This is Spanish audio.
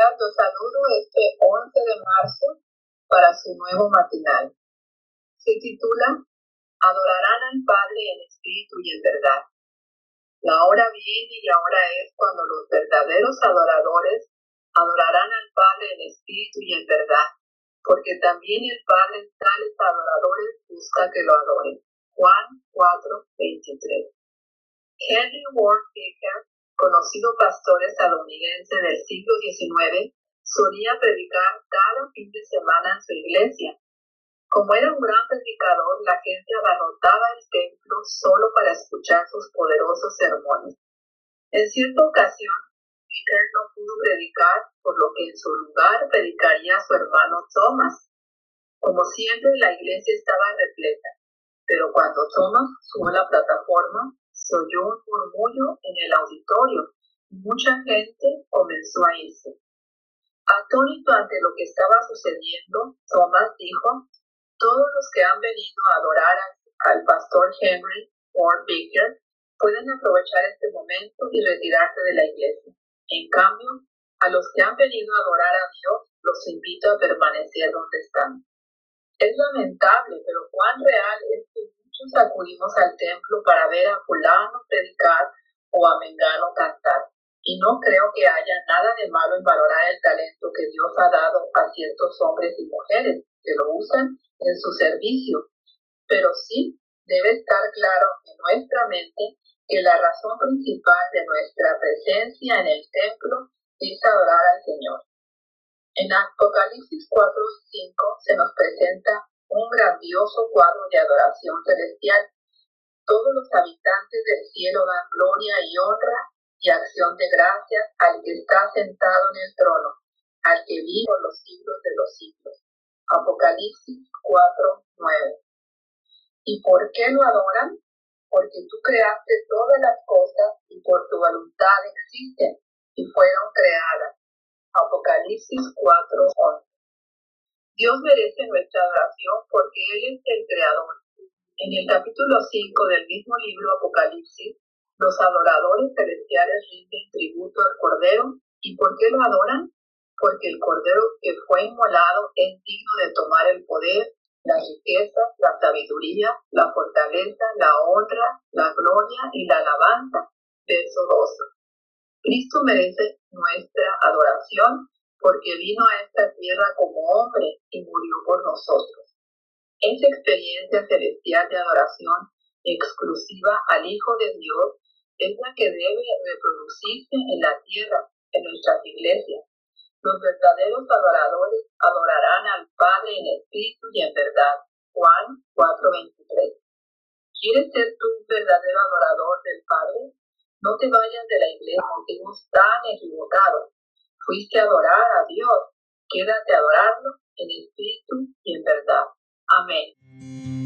días, los saludo este 11 de marzo para su nuevo matinal. Se titula Adorarán al Padre en espíritu y en verdad. La hora viene y ahora es cuando los verdaderos adoradores adorarán al Padre en espíritu y en verdad, porque también el Padre tales adoradores busca que lo adoren. Juan 4:23. Henry Ward Beecher, conocido pastor estadounidense del siglo XIX, solía predicar cada fin de semana en su iglesia. Como era un gran predicador, la gente abarrotaba el templo solo para escuchar sus poderosos sermones. En cierta ocasión, Beecher no pudo predicar, por lo que en su lugar predicaría a su hermano Thomas. Como siempre, la iglesia estaba repleta, pero cuando Thomas subió a la plataforma, se oyó un murmullo en el auditorio y mucha gente comenzó a irse. Atónito ante lo que estaba sucediendo, Thomas dijo: todos los que han venido a adorar al pastor Henry Ward Beecher pueden aprovechar este momento y retirarse de la iglesia. En cambio, a los que han venido a adorar a Dios, los invito a permanecer donde están. Es lamentable, pero cuán real es que muchos acudimos al templo para ver a fulano predicar o a mengano cantar. Y no creo que haya nada de malo en valorar el talento que Dios ha dado a ciertos hombres y mujeres que lo usan en su servicio. Pero sí debe estar claro en nuestra mente que la razón principal de nuestra presencia en el templo es adorar al Señor. En Apocalipsis 4:5 se nos presenta un grandioso cuadro de adoración celestial. Todos los habitantes del cielo dan gloria y honra y acción de gracias al que está sentado en el trono, al que vive por los siglos de los siglos. Apocalipsis 4:9. ¿Y por qué lo adoran? Porque tú creaste todas las cosas y por tu voluntad existen y fueron creadas. Apocalipsis 4:11. Dios merece nuestra adoración porque Él es el Creador. En el capítulo 5 del mismo libro Apocalipsis, los adoradores celestiales rinden tributo al Cordero. ¿Y por qué lo adoran? Porque el Cordero que fue inmolado es digno de tomar el poder, la riqueza, la sabiduría, la fortaleza, la honra, la gloria y la alabanza. Verso 12. Cristo merece nuestra adoración porque vino a esta tierra como hombre y murió por nosotros. Esa experiencia celestial de adoración exclusiva al Hijo de Dios es la que debe reproducirse en la tierra, en nuestras iglesias. Los verdaderos adoradores adorarán al Padre en espíritu y en verdad. Juan 4:23. ¿Quieres ser tú un verdadero adorador del Padre? No te vayas de la iglesia con motivos tan equivocados. Fuiste a adorar a Dios. Quédate a adorarlo en espíritu y en verdad. Amén.